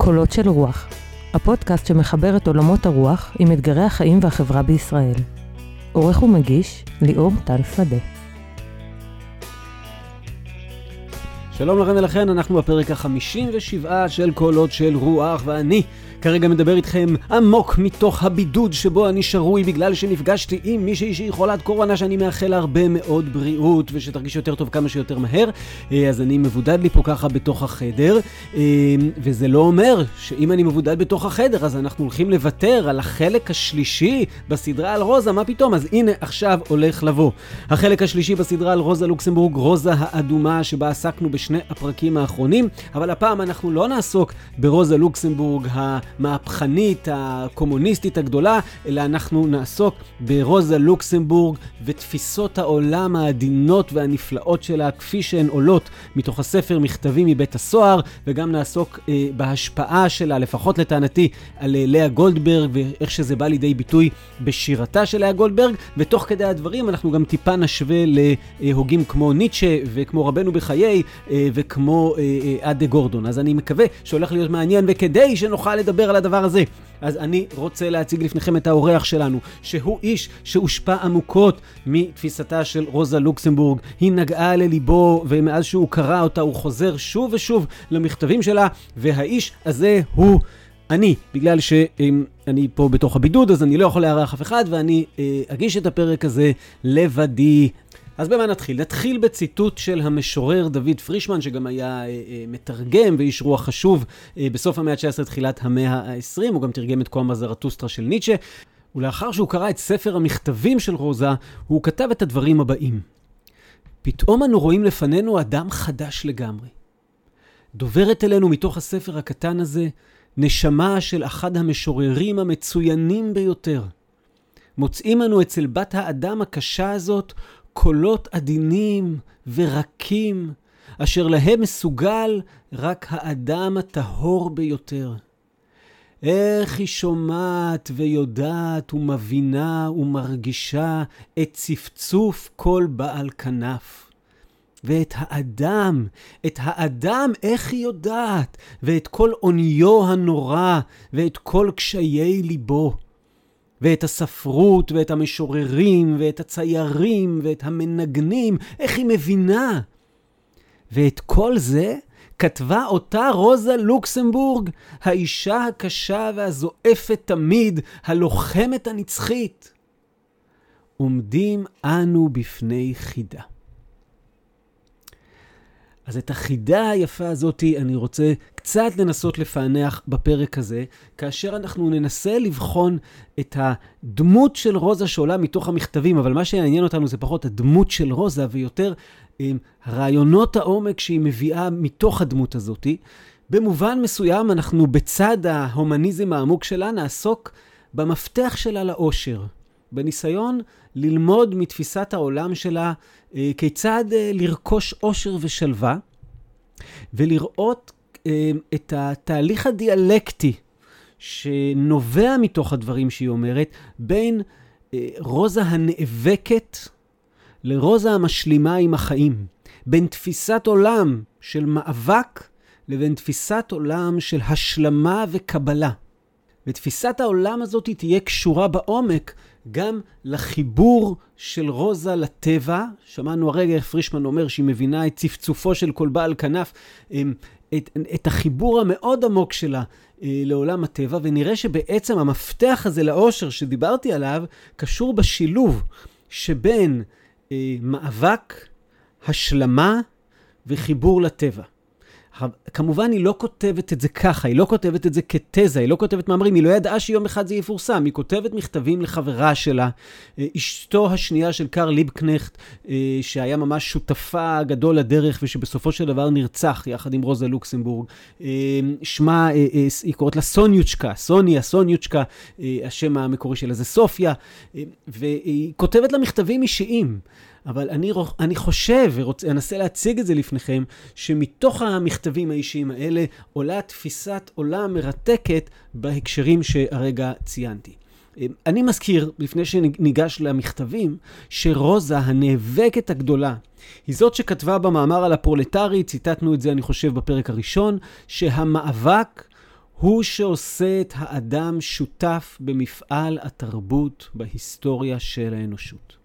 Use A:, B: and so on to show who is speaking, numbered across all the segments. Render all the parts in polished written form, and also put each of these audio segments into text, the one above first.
A: קולות של רוח, הפודקאסט שמחבר את עולמות הרוח עם אתגרי החיים והחברה בישראל. עורך ומגיש, ליאור טל שדה.
B: שלום לכם ולכן, אנחנו בפרק ה-57 של קולות של רוח, ואני כרגע מדבר איתכם עמוק מתוך הבידוד שבו אני שרוי בגלל שנפגשתי עם מישהי שהיא חולת קורונה, שאני מאחל הרבה מאוד בריאות ושתרגיש יותר טוב כמה שיותר מהר. אז אני מבודד לי פה ככה בתוך החדר, וזה לא אומר שאם אני מבודד בתוך החדר אז אנחנו הולכים לוותר על החלק השלישי בסדרה על רוזה. מה פתאום? אז הנה עכשיו הולך לבוא החלק השלישי בסדרה על רוזה לוקסמבורג, רוזה האדומה, שבה עסקנו בשני הפרקים האחרונים, אבל הפעם אנחנו לא נעסוק ברוזה לוקסמבורג המהפכנית הקומוניסטית הגדולה, אלא אנחנו נעסוק ברוזה לוקסמבורג ותפיסות העולם העדינות והנפלאות שלה כפי שהן עולות מתוך הספר מכתבים מבית הסוהר, וגם נעסוק בהשפעה שלה, לפחות לטענתי, על לאה גולדברג ואיך שזה בא לידי ביטוי בשירתה של לאה גולדברג. ותוך כדי הדברים אנחנו גם טיפה נשווה להוגים כמו ניטשה וכמו רבנו בחיי וכמו אדה גורדון. אז אני מקווה שהולך להיות מעניין, וכדי שנוכל לדבר על הדבר הזה, אז אני רוצה להציג לפניכם את האורח שלנו, שהוא איש שהושפע עמוקות מתפיסתה של רוזה לוקסמבורג. היא נגעה לליבו, ומאז שהוא קרא אותה הוא חוזר שוב ושוב למכתבים שלה, והאיש הזה הוא אני. בגלל שאני פה בתוך הבידוד אז אני לא יכול לארח אף אחד, ואני אגיש את הפרק הזה לבדי. אז במה נתחיל? נתחיל בציטוט של המשורר דוד פרישמן, שגם היה מתרגם ואיש רוח חשוב בסוף המאה ה-19, תחילת המאה ה-20. הוא גם תרגם את קומה זרטוסטרה של ניטשה. ולאחר שהוא קרא את ספר המכתבים של רוזה, הוא כתב את הדברים הבאים: פתאום אנו רואים לפנינו אדם חדש לגמרי. דוברת אלינו מתוך הספר הקטן הזה נשמה של אחד המשוררים המצוינים ביותר. מוצאים אנו אצל בת האדם הקשה הזאת קולות עדינים ורקים, אשר להם מסוגל רק האדם הטהור ביותר. איך היא שומעת ויודעת ומבינה ומרגישה את צפצוף כל בעל כנף. ואת האדם איך היא יודעת, ואת כל עוניו הנורא, ואת כל קשיי ליבו. ואת הספרות ואת המשוררים ואת הציירים ואת המנגנים, איך היא מבינה. ואת כל זה כתבה אותה רוזה לוקסמבורג, האישה הקשה והזועפת תמיד, הלוחמת הנצחית. עומדים אנו בפני חידה. אז את החידה היפה הזאת אני רוצה קצת לנסות לפענח בפרק הזה, כאשר אנחנו ננסה לבחון את הדמות של רוזה שעולה מתוך המכתבים, אבל מה שיעניין אותנו זה פחות הדמות של רוזה ויותר רעיונות העומק שהיא מביאה מתוך הדמות הזאת. במובן מסוים אנחנו בצד ההומניזם העמוק שלה נעסוק במפתח שלה לאושר, בניסיון ללמוד מתפיסת העולם שלה כיצד לרכוש אושר ושלווה, ולראות את התהליך הדיאלקטי שנובע מתוך הדברים שהיא אומרת, בין רוזה הנאבקת לרוזה המשלימה עם החיים, בין תפיסת עולם של מאבק לבין תפיסת עולם של השלמה וקבלה. ותפיסת העולם הזאת תהיה קשורה בעומק גם לחיבור של רוזה לטבע. שמענו הרגע פרישמן אומר שהיא מבינה את צפצופו של כל בעל כנף, את החיבור המאוד עמוק שלה לעולם הטבע, ונראה שבעצם המפתח הזה לאושר שדיברתי עליו קשור בשילוב שבין מאבק, השלמה וחיבור לטבע. כמובן היא לא כותבת את זה ככה, היא לא כותבת את זה כתזה, היא לא כותבת מאמרים, היא לא ידעה שיום אחד זה יפורסם, היא כותבת מכתבים לחברה שלה, אשתו השנייה של קרל ליבקנכט, שהיה ממש שותפה גדול לדרך ושבסופו של דבר נרצח יחד עם רוזה לוקסמבורג. שמה, היא קוראת לה סוניוצ'קה, סוניוצ'קה, השם המקורי שלה זה סופיה, והיא כותבת לה מכתבים אישיים. אבל אני חושב ואנסה להציג את זה לפניכם, שמתוך המכתבים האישיים האלה עולה תפיסת עולם מרתקת בהקשרים שהרגע ציינתי. אני מזכיר, לפני שניגש למכתבים, שרוזה הנאבקת הגדולה, היא זאת שכתבה במאמר על הפרולטרי, ציטטנו את זה אני חושב בפרק הראשון, שהמאבק הוא שעושה את האדם שותף במפעל התרבות בהיסטוריה של האנושות.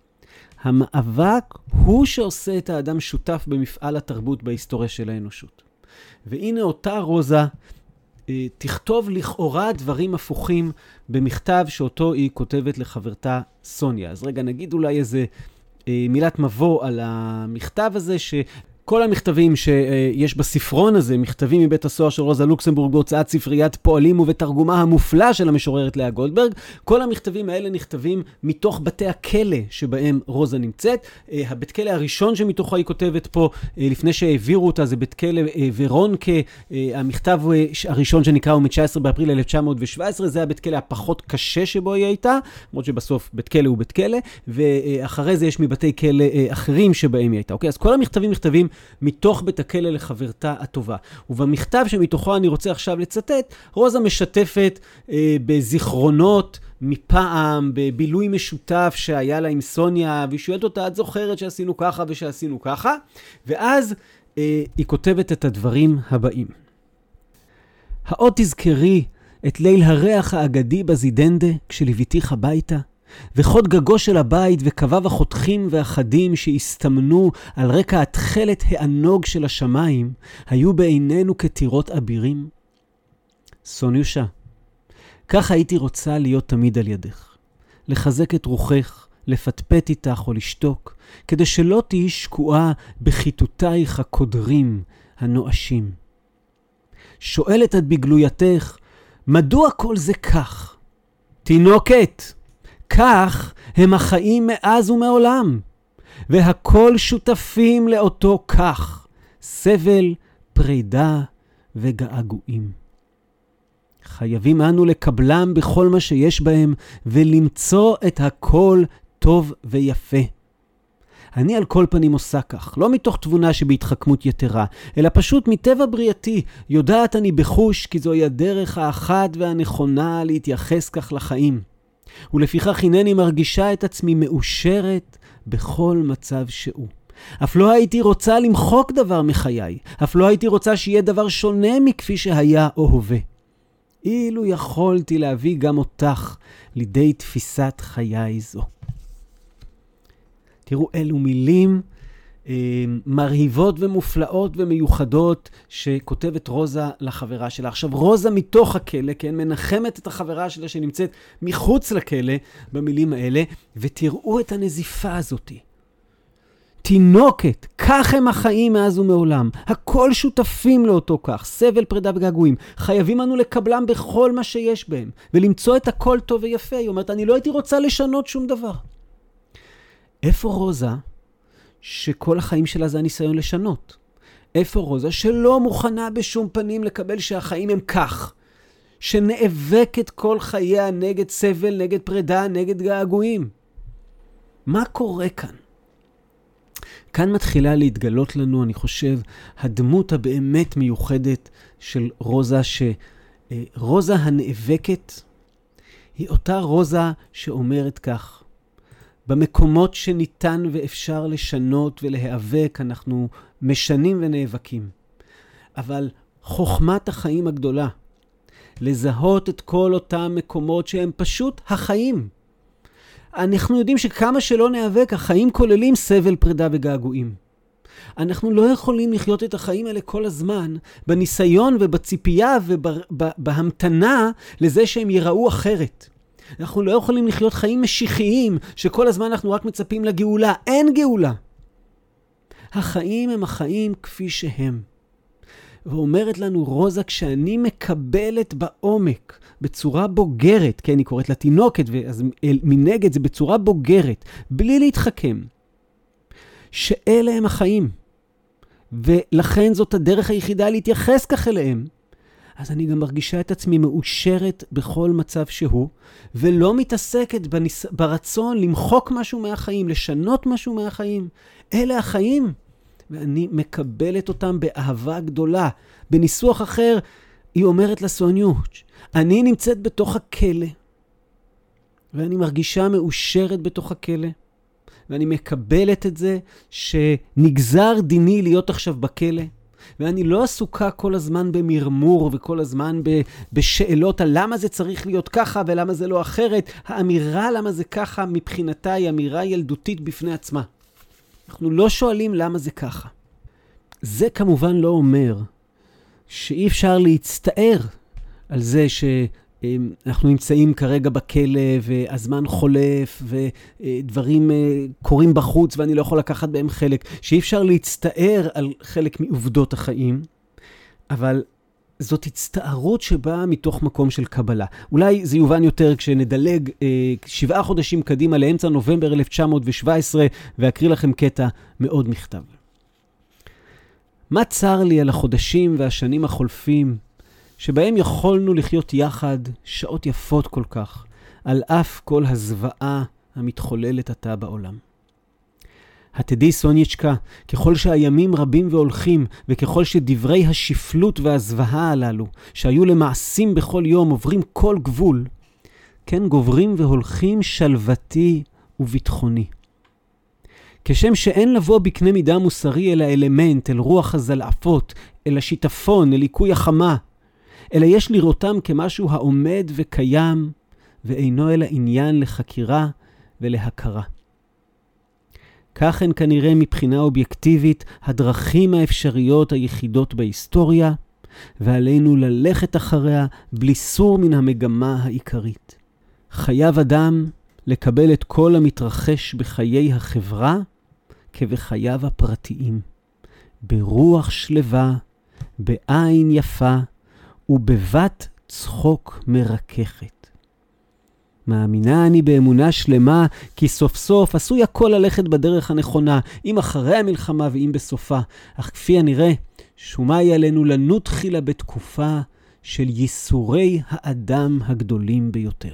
B: המאבק הוא שעושה את האדם שותף במפעל התרבות בהיסטוריה של האנושות. והנה אותה רוזה תכתוב לכאורה דברים הפוכים במכתב שאותו היא כותבת לחברתה סוניה. אז רגע, נגיד אולי איזה מילת מבוא על המכתב הזה, כל המכתבים שיש בספרון הזה, מכתבים מבית הסוהר של רוזה לוקסמבורג בהוצאת ספריית פועלים ובתרגומה המופלא של המשוררת לאה גולדברג, כל המכתבים האלה נכתבים מתוך בתי הכלא שבהם רוזה נמצאת. הבית כלא הראשון שמתוכו היא כותבת פה, לפני שהעבירו אותה, זה בית כלא ורונקה. המכתב הראשון שנקרא הוא מ-19 באפריל 1917, זה הבית כלא הפחות קשה שבו היא הייתה, למרות שבסוף בית כלא הוא בית כלא, ואחרי זה יש מבתי כלא אחרים שבהם היא הייתה. אוקיי? אז כל המכתבים נכתבים מתוך בית הכלא לחברתה הטובה. ובמכתב שמתוכו אני רוצה עכשיו לצטט, רוזה משתפת בזיכרונות מפעם, בבילוי משותף שהיה לה עם סוניה, והיא שואלת אותה, את זוכרת שעשינו ככה ושעשינו ככה? ואז היא כותבת את הדברים הבאים. העוד תזכרי את ליל הריח האגדי בזידנדה כשלביתיך הביתה, וחוד גגו של הבית וקוויו החותכים והחדים שהסתמנו על רקע התכלת הענוג של השמיים, היו בעינינו כתירות אבירים. סוניושה, כך הייתי רוצה להיות תמיד על ידך, לחזק את רוחך, לפטפט איתך או לשתוק, כדי שלא תהי שקועה בחיתותייך הקודרים הנואשים. שואלת את בגלויתך, מדוע כל זה כך? תינוקת, כך הם החיים מאז ומעולם, והכל שותפים לאותו כך, סבל, פרידה וגעגועים. חייבים אנו לקבלם בכל מה שיש בהם, ולמצוא את הכל טוב ויפה. אני על כל פנים עושה כך, לא מתוך תבונה שבהתחכמות יתרה, אלא פשוט מטבע בריאתי, יודעת אני בחוש כי זוהי הדרך האחת והנכונה להתייחס כך לחיים. ולפיכך הנני מרגישה את עצמי מאושרת בכל מצב שהוא. אף לא הייתי רוצה למחוק דבר מחיי, אף לא הייתי רוצה שיהיה דבר שונה מכפי שהיה או הווה. אילו יכולתי להביא גם אותך לידי תפיסת חיי זו. תראו, אלו מילים מרהיבות ומופלאות ומיוחדות שכותבת רוזה לחברה שלה. עכשיו, רוזה מתוך הכלא, כן, מנחמת את החברה שלה שנמצאת מחוץ לכלא במילים האלה, ותראו את הנזיפה הזאת. תינוקת, כך הם החיים מאז ומעולם. הכל שותפים לאותו כך, סבל, פרידה וגעגועים. חייבים אנו לקבלם בכל מה שיש בהם, ולמצוא את הכל טוב ויפה. היא אומרת, אני לא הייתי רוצה לשנות שום דבר. איפה רוזה שכל החיים שלה זה הניסיון לשנות? איפה רוזה שלא מוכנה בשום פנים לקבל שהחיים הם כך? שנאבקת כל חייה נגד סבל, נגד פרידה, נגד געגועים. מה קורה כאן? כאן מתחילה להתגלות לנו, אני חושב, הדמות הבאמת מיוחדת של רוזה, שרוזה הנאבקת היא אותה רוזה שאומרת כך, במקומות שניתן ואפשר לשנות ולהיאבק, אנחנו משנים ונאבקים. אבל חוכמת החיים הגדולה, לזהות את כל אותם מקומות שהם פשוט החיים. אנחנו יודעים שכמה שלא נאבק, החיים כוללים סבל, פרידה וגעגועים. אנחנו לא יכולים לחיות את החיים האלה כל הזמן, בניסיון ובציפייה ובהמתנה לזה שהם ייראו אחרת. אנחנו לא יכולים לחיות חיים משיחיים, שכל הזמן אנחנו רק מצפים לגאולה. אין גאולה. החיים הם החיים כפי שהם. ואומרת לנו רוזה, כשאני מקבלת בעומק, בצורה בוגרת, כן, היא קוראת לה תינוקת, ואז מנגד זה בצורה בוגרת, בלי להתחכם, שאלה הם החיים. ולכן זאת הדרך היחידה להתייחס כך אליהם. אז אני גם מרגישה את עצמי מאושרת בכל מצב שהוא, ולא מתעסקת ברצון למחוק משהו מהחיים, לשנות משהו מהחיים. אלה החיים, ואני מקבלת אותם באהבה גדולה. בניסוח אחר, היא אומרת לסוניוש, אני נמצאת בתוך הכלא, ואני מרגישה מאושרת בתוך הכלא, ואני מקבלת את זה שנגזר דיני להיות עכשיו בכלא, ואני לא עסוקה כל הזמן במרמור וכל הזמן בשאלות על למה זה צריך להיות ככה ולמה זה לא אחרת. האמירה למה זה ככה מבחינתה היא אמירה ילדותית בפני עצמה. אנחנו לא שואלים למה זה ככה. זה כמובן לא אומר שאי אפשר להצטער על זה שאנחנו נמצאים כרגע בכלא והזמן חולף ודברים קורים בחוץ ואני לא יכול לקחת בהם חלק. שאי אפשר להצטער על חלק מעובדות החיים, אבל זאת הצטערות שבאה מתוך מקום של קבלה. אולי זה יובן יותר כשנדלג 7 חודשים קדימה לאמצע נובמבר 1917 ואקריא לכם קטע מאוד מכתב. מה צר לי על החודשים והשנים החולפים, שבהם יכולנו לחיות יחד שעות יפות כל כך, על אף כל הזוועה המתחוללת עתה בעולם. התדעי סוניצ'קה, ככל שהימים רבים והולכים, וככל שדברי השפלות והזוועה הללו, שהיו למעשים בכל יום, עוברים כל גבול, כן גוברים והולכים שלוותי וביטחוני. כשם שאין לבוא בקנה מידה מוסרי אל האלמנט, אל רוח הזלעפות, אל השיטפון, אל עיקוי החמה, אלא יש לראותם כמשהו העומד וקיים, ואינו אלא עניין לחקירה ולהכרה. כך הן כנראה מבחינה אובייקטיבית הדרכים האפשריות היחידות בהיסטוריה, ועלינו ללכת אחריה בלי סור מן המגמה העיקרית. חייב אדם לקבל את כל המתרחש בחיי החברה כבחייו הפרטיים, ברוח שלווה, בעין יפה ובבת צחוק מרככת. מאמינה אני באמונה שלמה, כי סוף סוף עשוי הכל ללכת בדרך הנכונה, אם אחרי המלחמה ואם בסופה. אך כפי הנראה, שומי עלינו לנות תחילה בתקופה של ייסורי האדם הגדולים ביותר.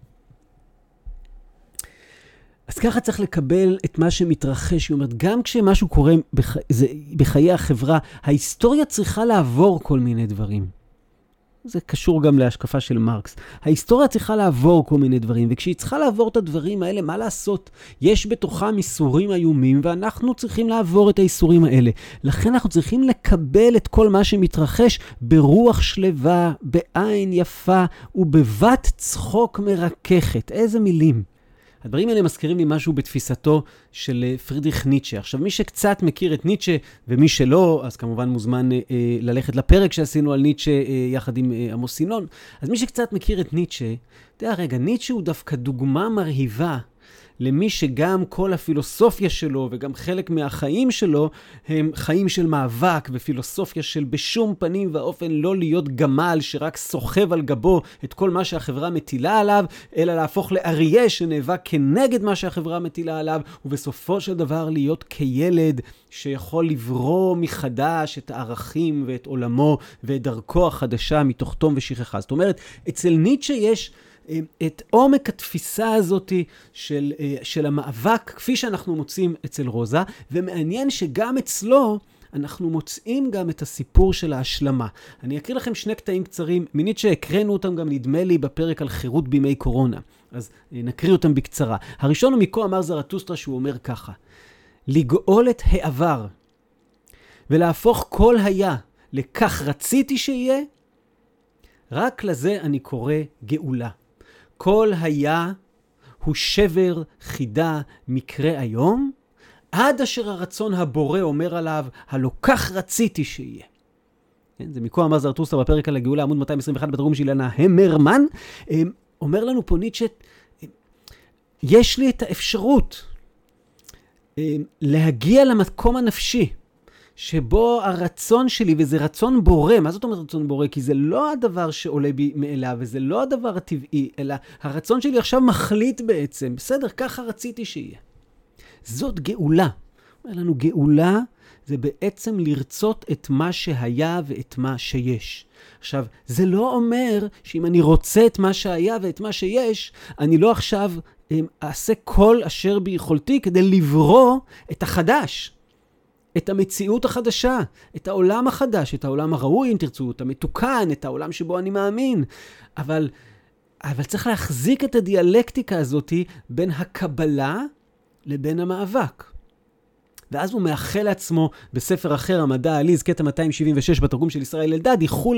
B: אז ככה צריך לקבל את מה שמתרחש. היא אומרת, גם כשמשהו קורה בחיי החברה, ההיסטוריה צריכה לעבור כל מיני דברים. זה קשור גם להשקפה של מרקס. ההיסטוריה צריכה לעבור כל מיני דברים, וכשהיא צריכה לעבור את הדברים האלה, מה לעשות? יש בתוכם איסורים איומים, ואנחנו צריכים לעבור את האיסורים האלה. לכן אנחנו צריכים לקבל את כל מה שמתרחש ברוח שלווה, בעין יפה, ובבת צחוק מרככת. איזה מילים. הדברים האלה מזכירים לי משהו בתפיסתו של פרידריך ניטשה. עכשיו, מי שקצת מכיר את ניטשה, ומי שלא, אז כמובן מוזמן ללכת לפרק שעשינו על ניטשה יחד עם עמוס סינון. אז מי שקצת מכיר את ניטשה, תראה רגע, ניטשה הוא דווקא דוגמה מרהיבה למי שגם כל הפילוסופיה שלו וגם חלק מהחיים שלו הם חיים של מאבק ופילוסופיה של בשום פנים ואופן לא להיות גמל שרק סוחב על גבו את כל מה שהחברה מטילה עליו, אלא להפוך לאריה שנאבק כנגד מה שהחברה מטילה עליו, ובסופו של דבר להיות כילד שיכול לברוא מחדש את הערכים ואת עולמו ואת דרכו החדשה מתוך תום ושכחה. זאת אומרת, אצל ניטשה יש את עומק התפיסה הזאת של המאבק, כפי שאנחנו מוצאים אצל רוזה, ומעניין שגם אצלו אנחנו מוצאים גם את הסיפור של ההשלמה. אני אקריא לכם 2 קטעים קצרים, מינית שהקראנו אותם גם נדמה לי בפרק על חירות בימי קורונה, אז נקריא אותם בקצרה. הראשון הוא מכה אמר זרטוסטרה, שהוא אומר ככה: לגאול את העבר ולהפוך כל היה לכך רציתי שיהיה, רק לזה אני קורא גאולה. כל היה הוא שבר, חידה, מקרה היום, עד אשר הרצון הבורא אומר עליו, הלא כך רציתי שיהיה. כן, זה מכה אמר זרטוסטרה בפרק על הגאולה, עמוד 221 בתרגום של אילנה המרמן. אומר לנו פה ניטשה, יש לי את האפשרות להגיע למקום הנפשי, שבו הרצון שלי, וזה רצון בורא, מה זאת אומרת רצון בורא? כי זה לא הדבר שעולה בי מאליו, וזה לא הדבר הטבעי, אלא הרצון שלי עכשיו מחליט בעצם, בסדר, ככה רציתי שיהיה. זאת גאולה. אומר לנו, גאולה זה בעצם לרצות את מה שהיה ואת מה שיש. עכשיו, זה לא אומר שאם אני רוצה את מה שהיה ואת מה שיש, אני לא עכשיו אעשה כל אשר ביכולתי כדי לברוא את החדש. את המציאות החדשה, את העולם החדש, את העולם הראוי, אם תרצו, את המתוקן, את העולם שבו אני מאמין. אבל צריך להחזיק את הדיאלקטיקה הזאת בין הקבלה לבין המאבק. ואז הוא מאחל לעצמו בספר אחר, המדע העליז, קטע 276 בתרגום של ישראל אלדד, איחול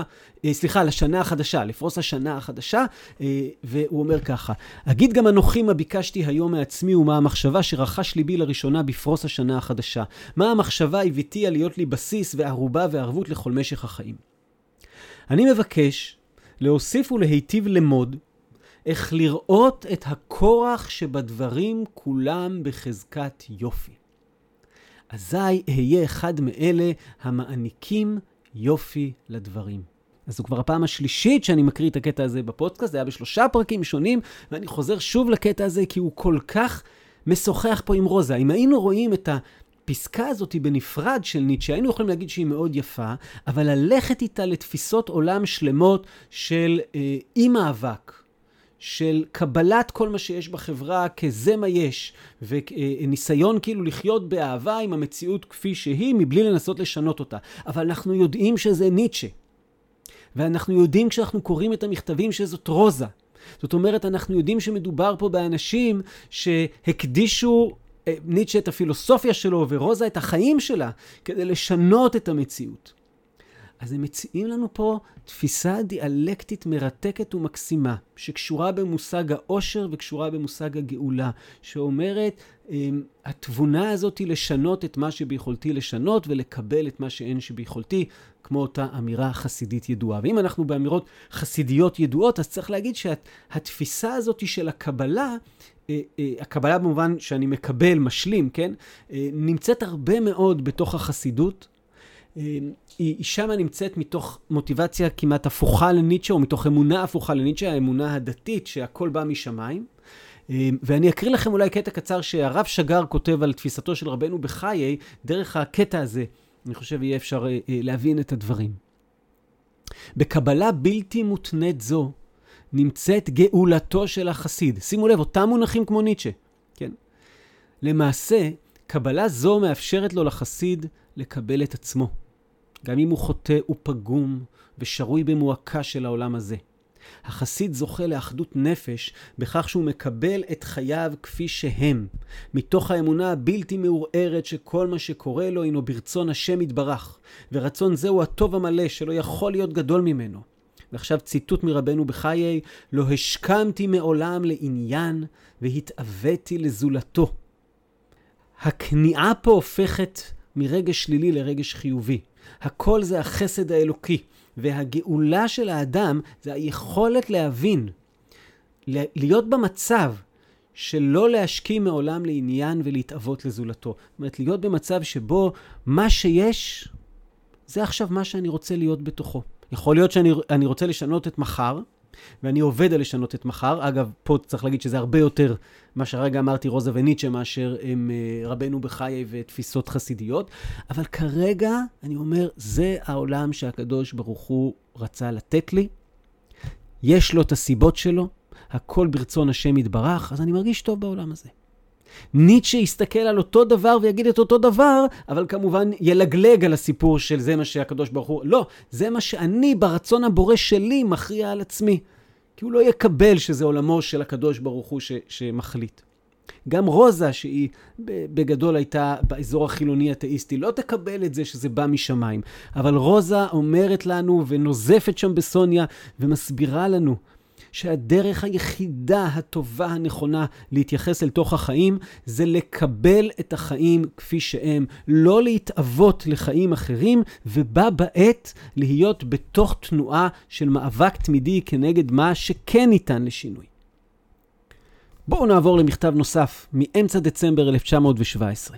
B: לשנה החדשה, לפרוס השנה החדשה, והוא אומר ככה, אגיד גם אנוכי מה ביקשתי היום מעצמי ומה המחשבה שרחש ליבי לראשונה בפרוס השנה החדשה. מה המחשבה הביתיה להיות לי בסיס וערובה וערבות לכל משך החיים. אני מבקש להוסיף ולהיטיב למוד איך לראות את הכורח שבדברים כולם בחזקת יופי. אזי אהיה אחד מאלה המעניקים יופי לדברים. אז זו כבר הפעם השלישית שאני מקריא את הקטע הזה בפודקאסט, זה היה ב3 פרקים שונים, ואני חוזר שוב לקטע הזה כי הוא כל כך משוחח פה עם רוזה. אם היינו רואים את הפסקה הזאת בנפרד של ניטשה, היינו יכולים להגיד שהיא מאוד יפה, אבל ללכת איתה לתפיסות עולם שלמות של אי מאבק, של קבלת כל מה שיש בחברה כזה מה יש, וניסיון כאילו לחיות באהבה עם המציאות כפי שהיא, מבלי לנסות לשנות אותה. אבל אנחנו יודעים שזה ניטשה. ואנחנו יודעים כשאנחנו קוראים את המכתבים שזאת רוזה. זאת אומרת, אנחנו יודעים שמדובר פה באנשים שהקדישו ניטשה את הפילוסופיה שלו ורוזה את החיים שלה כדי לשנות את המציאות. אז הם מציעים לנו פה תפיסה דיאלקטית מרתקת ומקסימה, שקשורה במושג האושר וקשורה במושג הגאולה, שאומרת, התבונה הזאת היא לשנות את מה שביכולתי לשנות ולקבל את מה שאין שביכולתי, כמו אותה אמירה חסידית ידועה. ואם אנחנו באמירות חסידיות ידועות, אז צריך להגיד שהתפיסה הזאת של הקבלה, הקבלה במובן שאני מקבל, משלים, כן? נמצאת הרבה מאוד בתוך החסידות, היא שמה נמצאת מתוך מוטיבציה כמעט הפוכה לניטשה, או מתוך אמונה הפוכה לניטשה, האמונה הדתית שהכל בא משמיים. ואני אקריא לכם אולי קטע קצר שהרב שגר כותב על תפיסתו של רבנו בחיי, דרך הקטע הזה, אני חושב יהיה אפשר להבין את הדברים. בקבלה בלתי מותנית זו, נמצאת גאולתו של החסיד. שימו לב, אותם מונחים כמו ניטשה. כן? למעשה, קבלה זו מאפשרת לו לחסיד לקבל את עצמו. גם אם הוא חוטא ופגום ושרוי במועקה של העולם הזה. החסיד זוכה לאחדות נפש בכך שהוא מקבל את חייו כפי שהם, מתוך האמונה הבלתי מעורערת שכל מה שקורה לו הינו ברצון השם יתברך, ורצון זהו הטוב המלא שלא יכול להיות גדול ממנו. ועכשיו ציטוט מרבנו בחיי, לא השכמתי מעולם לעניין והתאוויתי לזולתו. הכניעה פה הופכת מרגש שלילי לרגש חיובי. הכל זה החסד האלוקי, והגאולה של האדם זה היכולת להבין, להיות במצב שלא להשכים מעולם לעניין ולהתאבות לזולתו. זאת אומרת, להיות במצב שבו מה שיש, זה עכשיו מה שאני רוצה להיות בתוכו. יכול להיות שאני רוצה לשנות את מחר, ואני עובד על לשנות את מחר. אגב, פה צריך להגיד שזה הרבה יותר מה שהרגע אמרתי רוזה וניטשה, מאשר הם רבנו בחיי ותפיסות חסידיות. אבל כרגע אני אומר, זה העולם שהקדוש ברוך הוא רצה לתת לי. יש לו את הסיבות שלו, הכל ברצון השם יתברך, אז אני מרגיש טוב בעולם הזה. ניטשה יסתכל על אותו דבר ויגיד את אותו דבר, אבל כמובן ילגלג על הסיפור של זה מה שהקדוש ברוך הוא, לא, זה מה שאני ברצון הבורא שלי מכריע על עצמי, כי הוא לא יקבל שזה עולמו של הקדוש ברוך הוא שמחליט. גם רוזה שהיא בגדול הייתה באזור החילוני התאיסטי, לא תקבל את זה שזה בא משמיים, אבל רוזה אומרת לנו ונוזפת שם בסוניה ומסבירה לנו, שהדרך היחידה הטובה הנכונה להתייחס אל תוך החיים זה לקבל את החיים כפי שהם, לא להתאבות לחיים אחרים, ובה בעת להיות בתוך תנועה של מאבק תמידי כנגד מה שכן ניתן לשינוי. בואו נעבור למכתב נוסף מאמצע דצמבר 1917.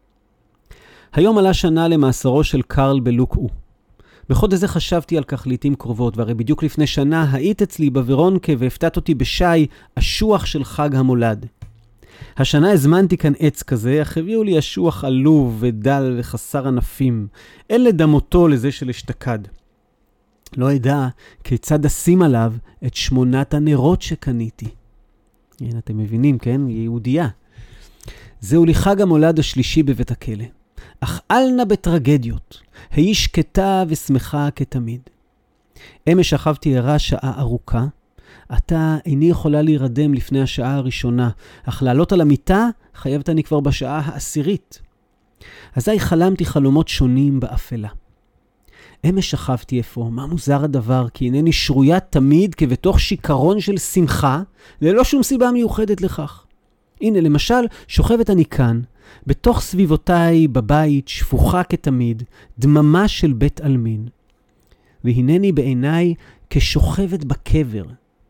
B: היום עלה שנה למאסרו של קרל בלוקאו. בחודש זה חשבתי על כך לעתים קרובות, והרי בדיוק לפני שנה היית אצלי בוורונקה והפתעת אותי בשי אשוח של חג המולד. השנה הזמנתי כאן עץ כזה, אך הביאו לי אשוח עלוב ודל וחסר ענפים, אין לדמותו לזה של אשתקד. לא ידע כיצד אשים עליו את 8 הנרות שקניתי. הנה אתם מבינים, כן? יהודייה. זהו לי חג המולד השלישי בבית הכלא. אך אל נא בטרגדיות, היא שקטה ושמחה כתמיד. אמש שכבתי ערה שעה ארוכה, עתה איני יכולה להירדם לפני השעה הראשונה, אך לעלות על המיטה חייבת אני כבר בשעה 10. אזי חלמתי חלומות שונים באפלה. אמש שכבתי אפוא, מה מוזר הדבר, כי אינני שרויה תמיד כבתוך שיקרון של שמחה, ללא שום סיבה מיוחדת לכך. הנה, למשל, שוכבת אני כאן, בתוך סביבותיי בבית, שפוכה כתמיד, דממה של בית אלמין. והנני בעיניי כשוכבת בקבר.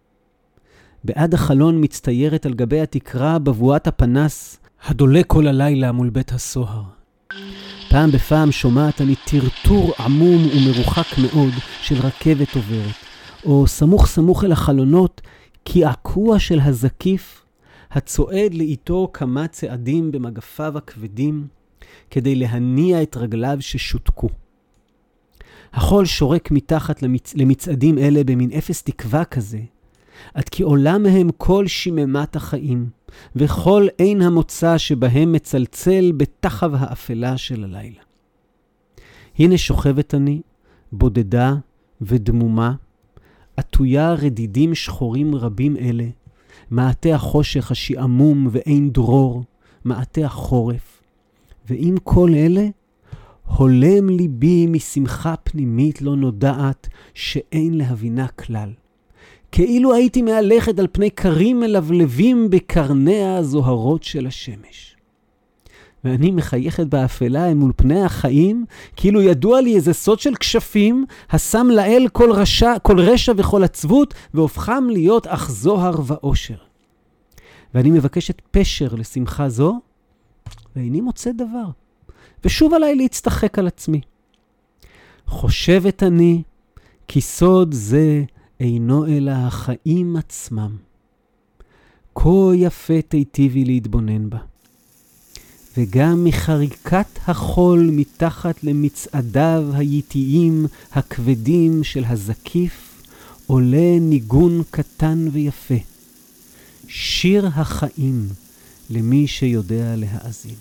B: בעד החלון מצטיירת על גבי התקרה בבואת הפנס, הדולה כל הלילה מול בית הסוהר. פעם בפעם שומעת אני טרטור עמום ומרוחק מאוד של רכבת עוברת, או סמוך סמוך אל החלונות, קעקוע של הזקיף, הצועד לאיתו כמה צעדים במגפיו הכבדים, כדי להניע את רגליו ששותקו. החול שורק מתחת למצעדים אלה במין אפס תקווה כזה, עד כי עולה מהם כל שיממת החיים, וכל אין המוצא שבהם מצלצל בתחב האפלה של הלילה. הנה שוכבת אני, בודדה ודמומה, עטויה רדידים שחורים רבים אלה, מעטה החושך השעמום ואין דרור, מעטה החורף. ועם כל אלה, הולם ליבי משמחה פנימית לא נודעת שאין להבינה כלל. כאילו הייתי מהלכת על פני קרים מלבלבים בקרניה הזוהרות של השמש. ואני מחייכת באפלה מול פני החיים, כאילו ידוע לי איזה סוד של כשפים, השם לאל כל רשע וכל עצבות, והופכם להיות אך זוהר ואושר. ואני מבקשת פשר לשמחה זו, ואיני מוצא דבר. ושוב עליי להצטחק על עצמי. חושבת אני, כי סוד זה אינו אלא החיים עצמם. כה יפה תיטיבי להתבונן בה. וגם מחריקת החול מתחת למצעדיו הייתיים הכבדים של הזקיף, עולה ניגון קטן ויפה. שיר החיים למי שיודע להאזין.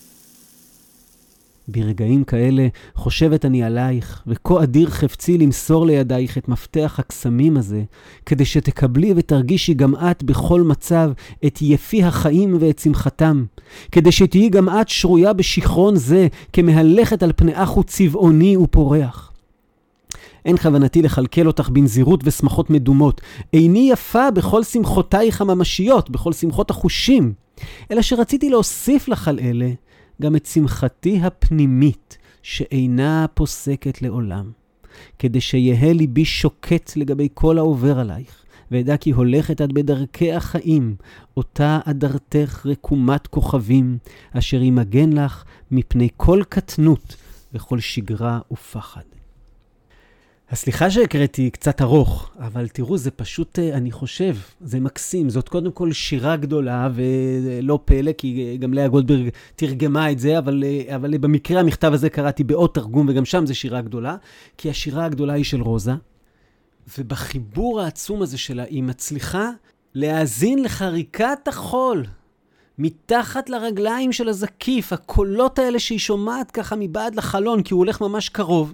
B: ברגעים כאלה חושבת אני עלייך, וכה אדיר חפצי למסור לידייך את מפתח הקסמים הזה, כדי שתקבלי ותרגישי גם את בכל מצב את יפי החיים ואת שמחתם, כדי שתהי גם את שרויה בשכרון זה, כמהלכת על פני החוץ צבעוני ופורח. אין כוונתי לחלקל אותך בנזירות ושמחות מדומות, איני יפה בכל שמחותייך הממשיות, בכל שמחות החושים, אלא שרציתי להוסיף לך על אלה, גם את שמחתי הפנימית שאינה פוסקת לעולם, כדי שיהיה ליבי שוקט לגבי כל העובר עלייך, וידע כי הולכת עד בדרכי החיים, אותה אדרתך רקומת כוכבים, אשר ימגן לך מפני כל קטנות וכל שגרה ופחד. הסליחה שהקראתי קצת ארוך, אבל תראו, זה פשוט, אני חושב, זה מקסים. זאת קודם כל שירה גדולה, ולא פלא, כי גם לאה גולדברג תרגמה את זה, אבל במקרה המכתב הזה קראתי בעוד תרגום, וגם שם זה שירה גדולה, כי השירה הגדולה היא של רוזה, ובחיבור העצום הזה שלה, היא מצליחה להאזין לחריקת החול, מתחת לרגליים של הזקיף, הקולות האלה שהיא שומעת ככה מבעד לחלון, כי הוא הולך ממש קרוב,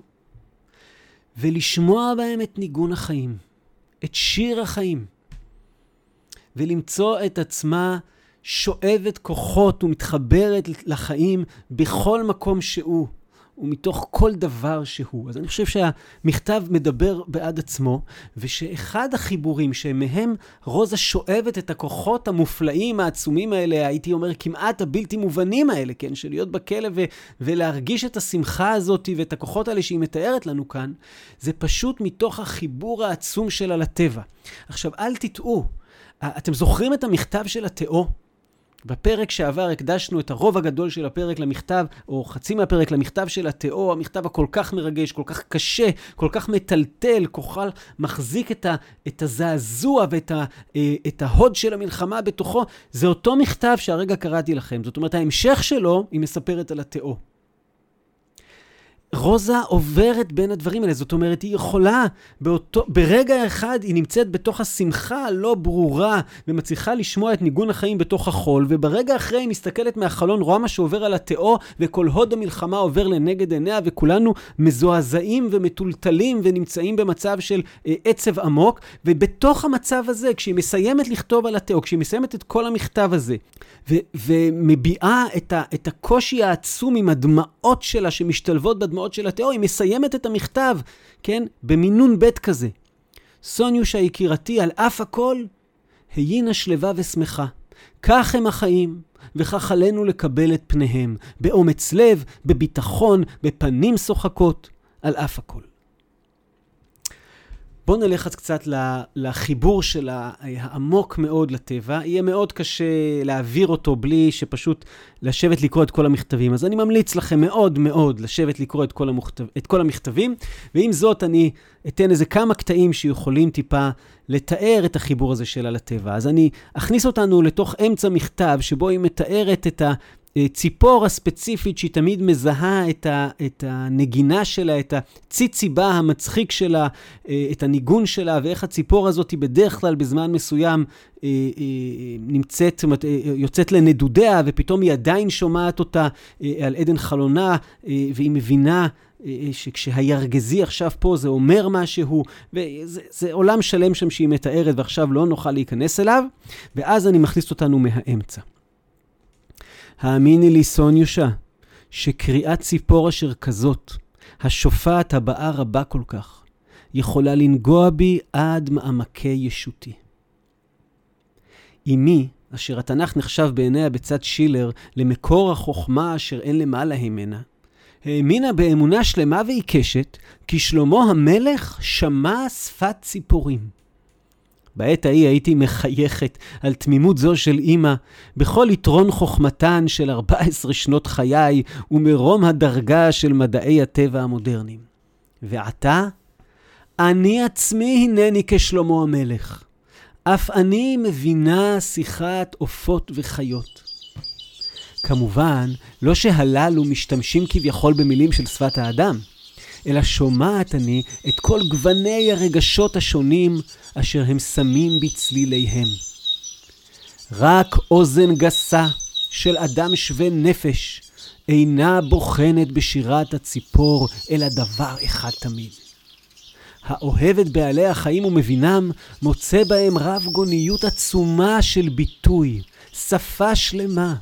B: ולשמוע בהם את ניגון החיים, את שיר החיים, ולמצוא את עצמה שואבת כוחות ומתחברת לחיים בכל מקום שהוא, ומתוך כל דבר שהוא. אז אני חושב שהמכתב מדבר בעד עצמו, ושאחד החיבורים שמהם רוזה שואבת את הכוחות המופלאים, העצומים האלה, הייתי אומר כמעט הבלתי מובנים האלה, כן, של להיות בכלא ולהרגיש את השמחה הזאת ואת הכוחות האלה שהיא מתארת לנו כאן, זה פשוט מתוך החיבור העצום שלה לטבע. עכשיו, אל תטעו, אתם זוכרים את המכתב של התיאו? בפרק שעבר הקדשנו את הרוב הגדול של הפרק למכתב, או חצי מהפרק למכתב של התיאו, המכתב הכל כך מרגש, כל כך קשה, כל כך מטלטל, כל כך מחזיק את הזעזוע ואת ההוד של המלחמה בתוכו. זה אותו מכתב שהרגע קראתי לכם. זאת אומרת, ההמשך שלו היא מספרת על התיאו. רוזה עוברת בין הדברים האלה, זאת אומרת, היא יכולה, ברגע אחד היא נמצאת בתוך השמחה הלא ברורה, ומצליחה לשמוע את ניגון החיים בתוך החול, וברגע אחרי היא מסתכלת מהחלון, רואה מה שעובר על התאו, וכל הוד המלחמה עובר לנגד עיניה, וכולנו מזועזעים ומטולטלים, ונמצאים במצב של עצב עמוק, ובתוך המצב הזה, כשהיא מסיימת לכתוב על התאו, כשהיא מסיימת את כל המכתב הזה, ומביעה את הקושי העצום עם הדמעות שלה שמשתלבות בדמעות של התאו, היא מסיימת את המכתב, כן? במינון בית כזה. סוניושה יקירתי, על אף הכל, היינה שלווה ושמחה. כך הם החיים, וכך עלינו לקבל את פניהם, באומץ לב, בביטחון, בפנים שוחקות, על אף הכל. בואו נלך קצת לחיבור של העמוק מאוד לטבע. יהיה מאוד קשה להעביר אותו בלי שפשוט לשבת לקרוא את כל המכתבים. אז אני ממליץ לכם מאוד מאוד לשבת לקרוא את כל המכתבים. ועם זאת אני אתן איזה כמה קטעים שיכולים טיפה לתאר את החיבור הזה שלה לטבע. אז אני אכניס אותנו לתוך אמצע מכתב שבו היא מתארת את הציפור הספציפית שהיא תמיד מזהה את הנגינה שלה, את הציציבה המצחיק שלה, את הניגון שלה, ואיך הציפור הזאת היא בדרך כלל בזמן מסוים יוצאת לנדודיה, ופתאום היא עדיין שומעת אותה על עדן חלונה, והיא מבינה שכשהירגזי עכשיו פה זה אומר משהו, וזה עולם שלם שם שהיא מתארת, ועכשיו לא נוכל להיכנס אליו, ואז אני מכניס אותנו מהאמצע. האמיני לי סוניושה, שקריאת ציפור אשר כזאת, השופעת הבאה רבה כל כך, יכולה לנגוע בי עד מעמקי ישותי. אמי, אשר התנ"ך נחשב בעיניה בצד שילר למקור החוכמה אשר אין למעלה ממנה, האמינה באמונה שלמה ועיקשת, כי שלמה המלך שמע שפת ציפורים. בעת ההיא הייתי מחייכת על תמימות זו של אמא, בכל יתרון חוכמתן של 14 שנות חיי, ומרום הדרגה של מדעי הטבע המודרניים. ועתה, אני עצמי הנני כשלמה המלך. אף אני מבינה שיחת עופות וחיות. כמובן, לא שהללו משתמשים כביכול במילים של שפת האדם, אלא שומעת אני את כל גווני הרגשות השונים אשר הם שמים בצליליהם. רק אוזן גסה של אדם שווה נפש אינה בוחנת בשירת הציפור, אלא דבר אחד תמיד. האוהב את בעלי החיים ומבינם, מוצא בהם רב גוניות עצומה של ביטוי, שפה שלמה.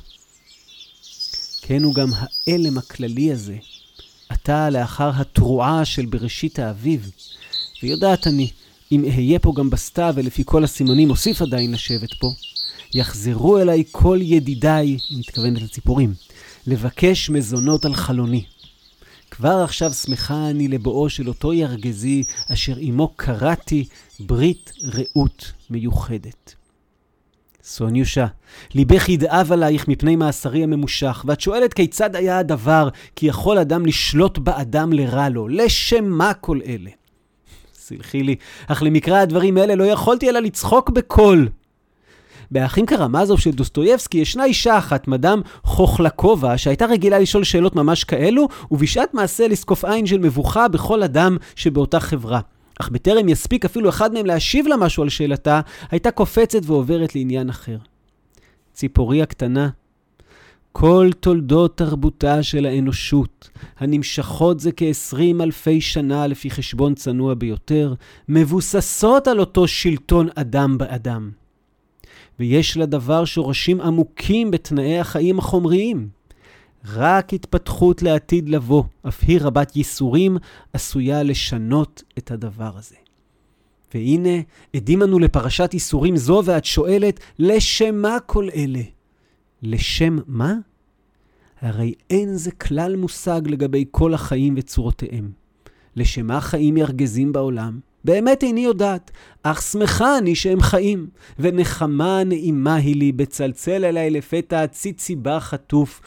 B: כן הוא גם האלם הכללי הזה, עתה לאחר התרועה של בראשית האביב, ויודעת אני, אם אהיה פה גם בסתיו ולפי כל הסימונים אוסיף עדיין לשבת פה, יחזרו אליי כל ידידיי, מתכוונת לציפורים, לבקש מזונות על חלוני. כבר עכשיו שמחה אני לבואו של אותו ירגזי, אשר עמו קראתי ברית רעות מיוחדת. סוניושה, ליבך ידאב עלייך מפני מאסרי הממושך, ואת שואלת כיצד היה הדבר, כי יכול אדם לשלוט באדם לרע לו, לשם מה כל אלה? סלחי לי, אך למקרא הדברים האלה לא יכולתי אלא לצחוק בקול. באחים קרמזוב של דוסטויבסקי ישנה אישה אחת, מדאם חוכלקובה, שהייתה רגילה לשאול שאלות ממש כאלו, ובשעת מעשה לסקוף עין של מבוכה בכל אדם שבאותה חברה. אך בטרם יספיק אפילו אחד מהם להשיב לה משהו על שאלתה, הייתה קופצת ועוברת לעניין אחר. ציפורי הקטנה, כל תולדות תרבותה של האנושות, הנמשכות זה כ20,000 שנה לפי חשבון צנוע ביותר, מבוססות על אותו שלטון אדם באדם. ויש לדבר שורשים עמוקים בתנאי החיים החומריים. רק התפתחות לעתיד לבוא, אף היא רבת ייסורים, עשויה לשנות את הדבר הזה. והנה, עדים אנו לפרשת ייסורים זו, ואת שואלת, לשם מה כל אלה? לשם מה? הרי אין זה כלל מושג לגבי כל החיים וצורותיהם. לשם מה חיים ירגזים בעולם? באמת איני יודעת, אך שמחה אני שהם חיים, ונחמה נעימה היא לי בצלצל אליי לפתע ציציבה חטוף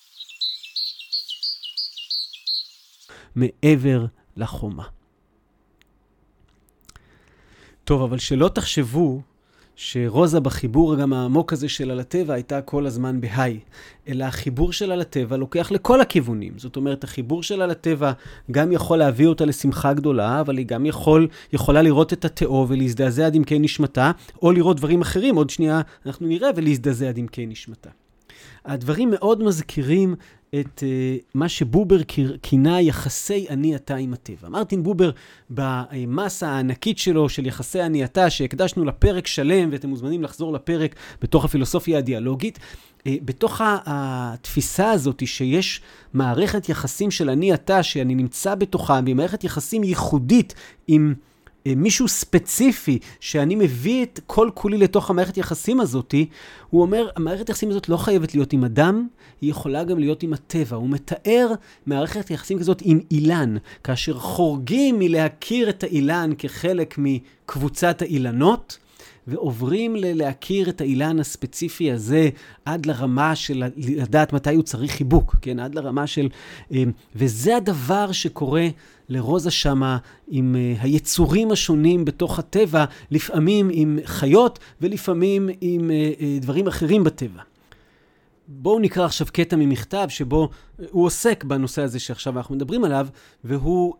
B: מעבר לחומה. טוב, אבל שלא תחשבו שרוזה בחיבור גם העמוק הזה שלה לטבע הייתה כל הזמן בהיי, אלא החיבור שלה לטבע לוקח לכל הכיוונים. זאת אומרת, החיבור שלה לטבע גם יכול להביא אותה לשמחה גדולה, אבל היא גם יכולה לראות את התיאור ולהזדעזע עד עמקי נשמתה, או לראות דברים אחרים, עוד שנייה אנחנו נראה, ולהזדעזע עד עמקי נשמתה. הדברים מאוד מזכירים את מה שבובר כינה יחסי אני אתה עם הטבע. מרטין בובר במסה הענקית שלו של יחסי אני אתה, שהקדשנו לפרק שלם, ואתם מוזמנים לחזור לפרק בתוך הפילוסופיה הדיאלוגית, בתוך התפיסה הזאת שיש מערכת יחסים של אני אתה, שאני נמצא בתוכה, במערכת יחסים ייחודית עם מישהו ספציפי, שאני מביא את כל כולי לתוך המערכת יחסים הזאת, הוא אומר, המערכת יחסים הזאת לא חייבת להיות עם אדם, היא יכולה גם להיות עם הטבע. הוא מתאר מערכת יחסים כזאת עם אילן, כאשר חורגים מלהכיר את האילן כחלק מקבוצת האילנות, ועוברים להכיר את האילן הספציפי הזה עד לרמה של לדעת מתי הוא צריך חיבוק, כן? עד לרמה של... וזה הדבר שקורה לרוזה שמה עם היצורים השונים בתוך הטבע, לפעמים עם חיות ולפעמים עם דברים אחרים בטבע. בואו נקרא עכשיו קטע ממכתב שבו הוא עוסק בנושא הזה שעכשיו אנחנו מדברים עליו, והוא